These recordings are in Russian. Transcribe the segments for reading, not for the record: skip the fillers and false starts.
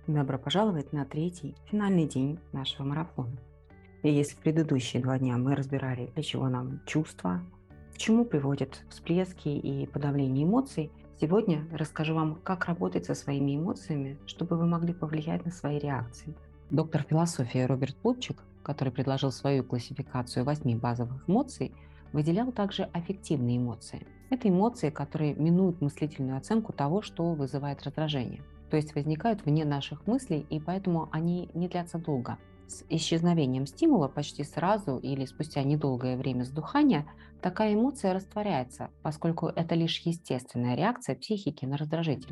Добро пожаловать на третий, финальный день нашего марафона. И если в предыдущие 2 дня мы разбирали, для чего нам чувства, к чему приводят всплески и подавление эмоций, сегодня расскажу вам, как работать со своими эмоциями, чтобы вы могли повлиять на свои реакции. Доктор философии Роберт Плутчик, который предложил свою классификацию 8 базовых эмоций, выделял также аффективные эмоции. Это эмоции, которые минуют мыслительную оценку того, что вызывает раздражение. То есть возникают вне наших мыслей, и поэтому они не длятся долго. С исчезновением стимула почти сразу или спустя недолгое время сдухания такая эмоция растворяется, поскольку это лишь естественная реакция психики на раздражитель.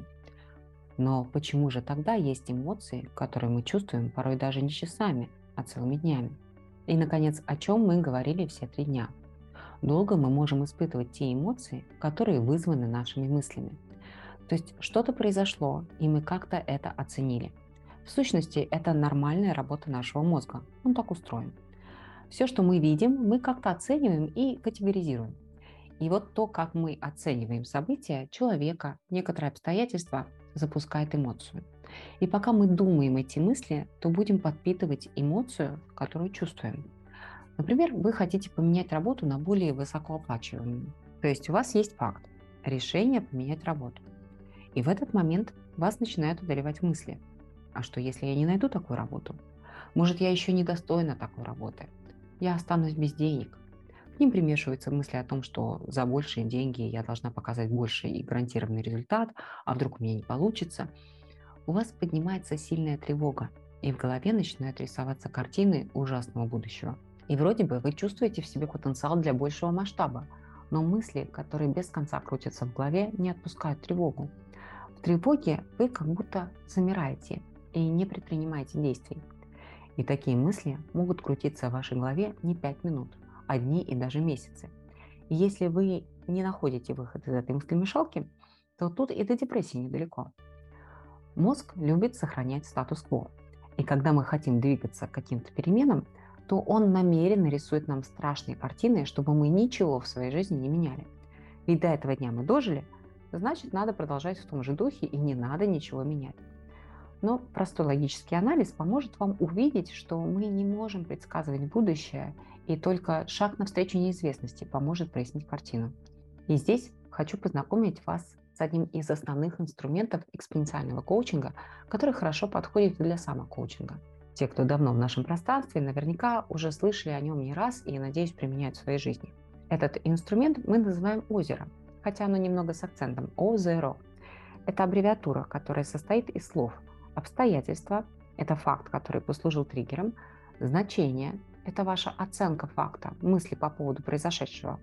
Но почему же тогда есть эмоции, которые мы чувствуем порой даже не часами, а целыми днями? И, наконец, о чем мы говорили все 3 дня. Долго мы можем испытывать те эмоции, которые вызваны нашими мыслями. То есть что-то произошло, и мы как-то это оценили. В сущности, это нормальная работа нашего мозга. Он так устроен. Все, что мы видим, мы как-то оцениваем и категоризируем. И вот то, как мы оцениваем события, человека, некоторые обстоятельства, запускает эмоцию. И пока мы думаем эти мысли, то будем подпитывать эмоцию, которую чувствуем. Например, вы хотите поменять работу на более высокооплачиваемую. То есть у вас есть факт – решение поменять работу. И в этот момент вас начинают одолевать мысли. А что, если я не найду такую работу? Может, я еще недостойна такой работы? Я останусь без денег. К ним примешиваются мысли о том, что за большие деньги я должна показать больше и гарантированный результат, а вдруг у меня не получится. У вас поднимается сильная тревога, и в голове начинают рисоваться картины ужасного будущего. И вроде бы вы чувствуете в себе потенциал для большего масштаба, но мысли, которые без конца крутятся в голове, не отпускают тревогу. В тревоге вы как будто замираете и не предпринимаете действий. И такие мысли могут крутиться в вашей голове не 5 минут, а дни и даже месяцы. И если вы не находите выход из этой мыслемешалки, то тут и до депрессии недалеко. Мозг любит сохранять статус-кво. И когда мы хотим двигаться к каким-то переменам, то он намеренно рисует нам страшные картины, чтобы мы ничего в своей жизни не меняли. Ведь до этого дня мы дожили, значит, надо продолжать в том же духе и не надо ничего менять. Но простой логический анализ поможет вам увидеть, что мы не можем предсказывать будущее, и только шаг навстречу неизвестности поможет прояснить картину. И здесь хочу познакомить вас с одним из основных инструментов экспоненциального коучинга, который хорошо подходит для самокоучинга. Те, кто давно в нашем пространстве, наверняка уже слышали о нем не раз и, надеюсь, применяют в своей жизни. Этот инструмент мы называем озеро, хотя оно немного с акцентом озеро. Это аббревиатура, которая состоит из слов обстоятельства – это факт, который послужил триггером, значение – это ваша оценка факта, мысли по поводу произошедшего,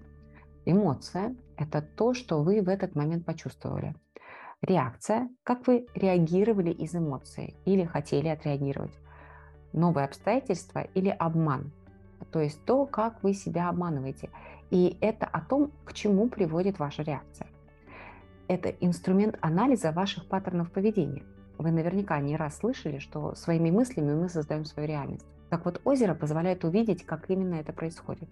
эмоция – это то, что вы в этот момент почувствовали, реакция – как вы реагировали из эмоций или хотели отреагировать, новые обстоятельства или обман, то есть то, как вы себя обманываете, и это о том, к чему приводит ваша реакция. Это инструмент анализа ваших паттернов поведения. Вы наверняка не раз слышали, что своими мыслями мы создаем свою реальность. Так вот, озеро позволяет увидеть, как именно это происходит.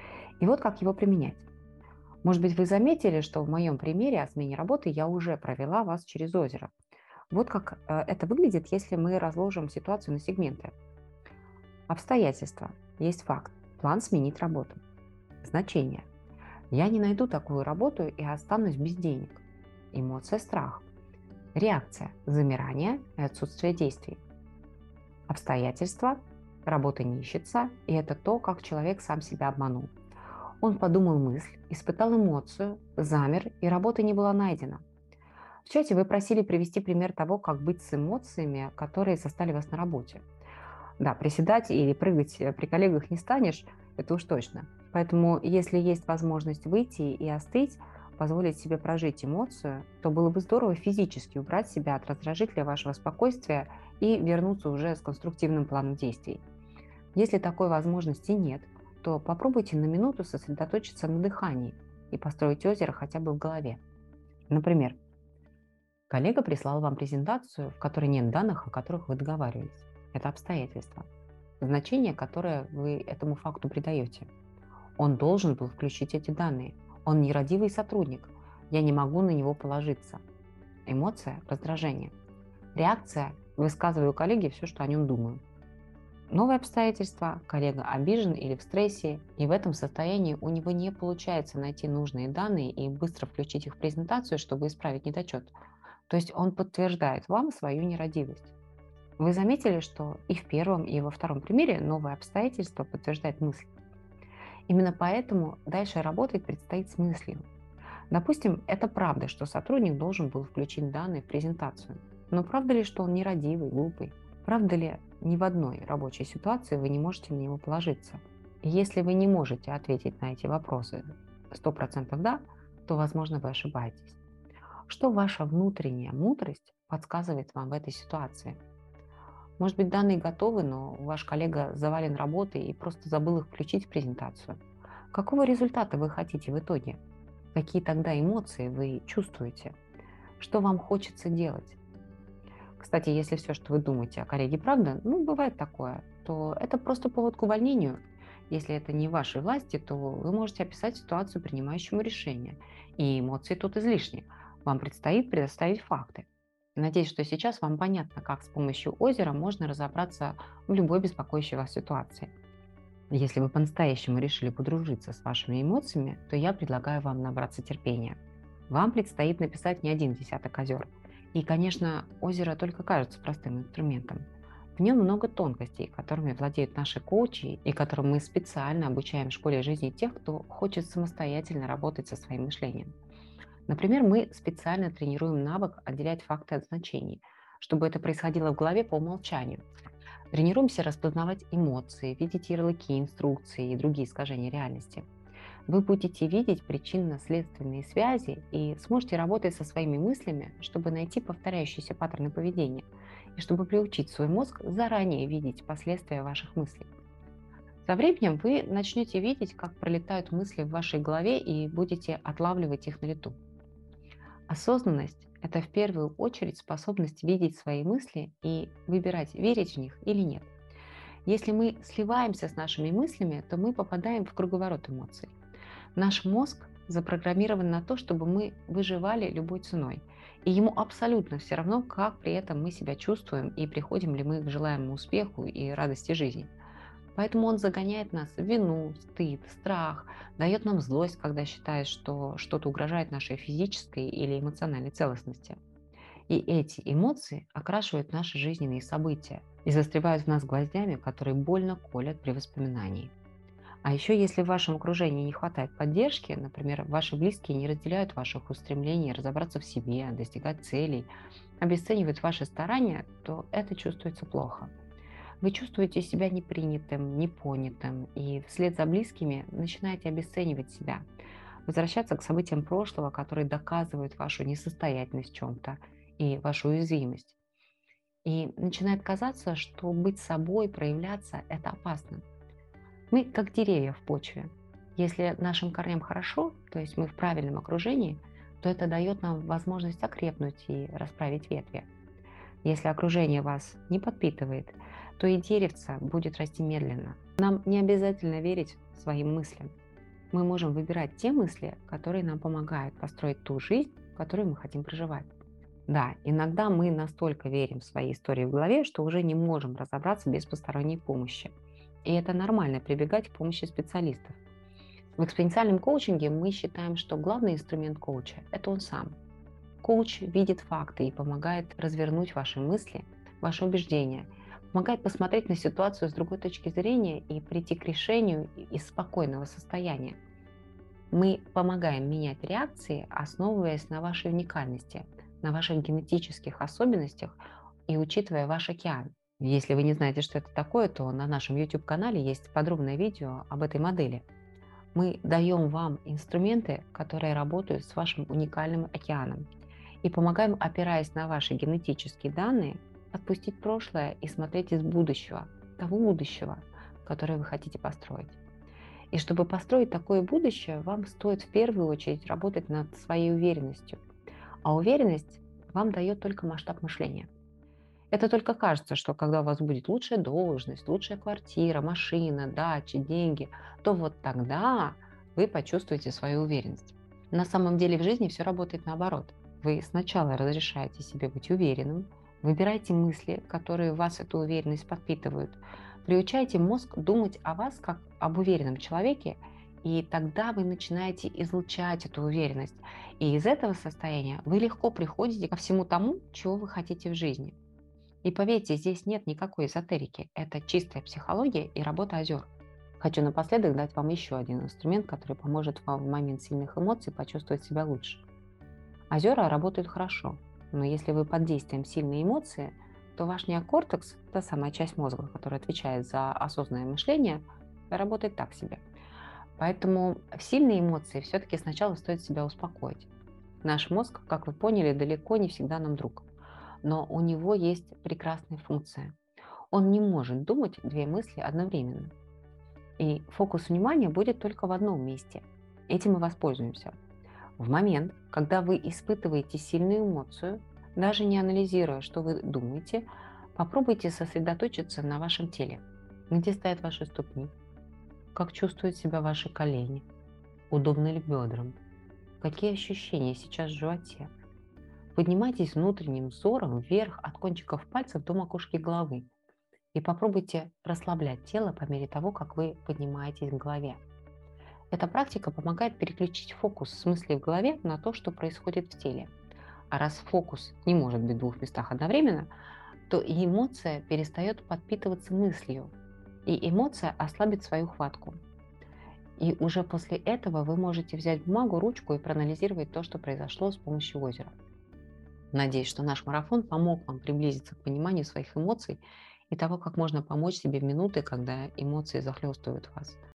И вот как его применять. Может быть, вы заметили, что в моем примере о смене работы я уже провела вас через озеро. Вот как это выглядит, если мы разложим ситуацию на сегменты. Обстоятельства. Есть факт. План сменить работу. Значение. Я не найду такую работу и останусь без денег. Эмоция страх. Реакция – замирание и отсутствие действий. Обстоятельства – работа не ищется, и это то, как человек сам себя обманул. Он подумал мысль, испытал эмоцию, замер, и работа не была найдена. В чате вы просили привести пример того, как быть с эмоциями, которые застали вас на работе. Да, приседать или прыгать при коллегах не станешь, это уж точно. Поэтому, если есть возможность выйти и остыть, позволить себе прожить эмоцию, то было бы здорово физически убрать себя от раздражителя вашего спокойствия и вернуться уже с конструктивным планом действий. Если такой возможности нет, то попробуйте на минуту сосредоточиться на дыхании и построить озеро хотя бы в голове. Например, коллега прислал вам презентацию, в которой нет данных, о которых вы договаривались. Это обстоятельства. Значение, которое вы этому факту придаете. Он должен был включить эти данные. Он нерадивый сотрудник. Я не могу на него положиться. Эмоция – раздражение. Реакция – высказываю коллеге все, что о нем думаю. Новые обстоятельства, коллега обижен или в стрессе, и в этом состоянии у него не получается найти нужные данные и быстро включить их в презентацию, чтобы исправить недочет. То есть он подтверждает вам свою нерадивость. Вы заметили, что и в первом, и во втором примере новое обстоятельство подтверждает мысль. Именно поэтому дальше работать предстоит с мыслью. Допустим, это правда, что сотрудник должен был включить данные в презентацию. Но правда ли, что он нерадивый, глупый? Правда ли, ни в одной рабочей ситуации вы не можете на него положиться? И если вы не можете ответить на эти вопросы 100% да, то, возможно, вы ошибаетесь. Что ваша внутренняя мудрость подсказывает вам в этой ситуации? Может быть, данные готовы, но ваш коллега завален работой и просто забыл их включить в презентацию. Какого результата вы хотите в итоге? Какие тогда эмоции вы чувствуете? Что вам хочется делать? Кстати, если все, что вы думаете о коллеге, правда, ну, бывает такое, то это просто повод к увольнению. Если это не в вашей власти, то вы можете описать ситуацию принимающему решения. И эмоции тут излишни. Вам предстоит предоставить факты. Надеюсь, что сейчас вам понятно, как с помощью озера можно разобраться в любой беспокоящей вас ситуации. Если вы по-настоящему решили подружиться с вашими эмоциями, то я предлагаю вам набраться терпения. Вам предстоит написать не один десяток озер. И, конечно, озеро только кажется простым инструментом. В нем много тонкостей, которыми владеют наши коучи и которым мы специально обучаем в школе жизни тех, кто хочет самостоятельно работать со своим мышлением. Например, мы специально тренируем навык отделять факты от значений, чтобы это происходило в голове по умолчанию. Тренируемся распознавать эмоции, видеть ярлыки, инструкции и другие искажения реальности. Вы будете видеть причинно-следственные связи и сможете работать со своими мыслями, чтобы найти повторяющиеся паттерны поведения и чтобы приучить свой мозг заранее видеть последствия ваших мыслей. Со временем вы начнете видеть, как пролетают мысли в вашей голове и будете отлавливать их на лету. Осознанность– это в первую очередь способность видеть свои мысли и выбирать, верить в них или нет. Если мы сливаемся с нашими мыслями, то мы попадаем в круговорот эмоций. Наш мозг запрограммирован на то, чтобы мы выживали любой ценой. И ему абсолютно все равно, как при этом мы себя чувствуем и приходим ли мы к желаемому успеху и радости жизни. Поэтому он загоняет нас в вину, стыд, страх, дает нам злость, когда считает, что что-то угрожает нашей физической или эмоциональной целостности. И эти эмоции окрашивают наши жизненные события и застревают в нас гвоздями, которые больно колят при воспоминании. А еще если в вашем окружении не хватает поддержки, например, ваши близкие не разделяют ваших устремлений разобраться в себе, достигать целей, обесценивают ваши старания, то это чувствуется плохо. Вы чувствуете себя непринятым, непонятым, и вслед за близкими начинаете обесценивать себя, возвращаться к событиям прошлого, которые доказывают вашу несостоятельность в чем-то и вашу уязвимость. И начинает казаться, что быть собой, проявляться– это опасно. Мы как деревья в почве. Если нашим корням хорошо, то есть мы в правильном окружении, то это дает нам возможность окрепнуть и расправить ветви. Если окружение вас не подпитывает, то и деревце будет расти медленно. Нам не обязательно верить своим мыслям. Мы можем выбирать те мысли, которые нам помогают построить ту жизнь, которую мы хотим проживать. Да, иногда мы настолько верим в свои истории в голове, что уже не можем разобраться без посторонней помощи. И это нормально прибегать к помощи специалистов. В экспоненциальном коучинге мы считаем, что главный инструмент коуча– это он сам. Коуч видит факты и помогает развернуть ваши мысли, ваши убеждения, помогает посмотреть на ситуацию с другой точки зрения и прийти к решению из спокойного состояния. Мы помогаем менять реакции, основываясь на вашей уникальности, на ваших генетических особенностях и учитывая ваш океан. Если вы не знаете, что это такое, то на нашем YouTube-канале есть подробное видео об этой модели. Мы даем вам инструменты, которые работают с вашим уникальным океаном, и помогаем, опираясь на ваши генетические данные, отпустить прошлое и смотреть из будущего, того будущего, которое вы хотите построить. И чтобы построить такое будущее, вам стоит в первую очередь работать над своей уверенностью. А уверенность вам дает только масштаб мышления. Это только кажется, что когда у вас будет лучшая должность, лучшая квартира, машина, дача, деньги, то вот тогда вы почувствуете свою уверенность. На самом деле в жизни все работает наоборот. Вы сначала разрешаете себе быть уверенным, Выбирайте мысли, которые в вас эту уверенность подпитывают. Приучайте мозг думать о вас как об уверенном человеке, и тогда вы начинаете излучать эту уверенность. И из этого состояния вы легко приходите ко всему тому, чего вы хотите в жизни. И поверьте, здесь нет никакой эзотерики. Это чистая психология и работа озер. Хочу напоследок дать вам еще один инструмент, который поможет вам в момент сильных эмоций почувствовать себя лучше. Озера работают хорошо, но если вы под действием сильной эмоции, то ваш неокортекс, та самая часть мозга, которая отвечает за осознанное мышление, работает так себе. Поэтому в сильные эмоции все-таки сначала стоит себя успокоить. Наш мозг, как вы поняли, далеко не всегда нам друг, но у него есть прекрасная функция. Он не может думать две мысли одновременно. И фокус внимания будет только в одном месте. Этим мы воспользуемся. В момент, когда вы испытываете сильную эмоцию, даже не анализируя, что вы думаете, попробуйте сосредоточиться на вашем теле. Где стоят ваши ступни? Как чувствуют себя ваши колени? Удобно ли бедрам? Какие ощущения сейчас в животе? Поднимайтесь внутренним взором вверх от кончиков пальцев до макушки головы и попробуйте расслаблять тело по мере того, как вы поднимаетесь к голове. Эта практика помогает переключить фокус с мыслей в голове на то, что происходит в теле. А раз фокус не может быть в двух местах одновременно, то и эмоция перестает подпитываться мыслью, и эмоция ослабит свою хватку. И уже после этого вы можете взять бумагу, ручку и проанализировать то, что произошло с помощью озера. Надеюсь, что наш марафон помог вам приблизиться к пониманию своих эмоций и того, как можно помочь себе в минуты, когда эмоции захлестывают вас.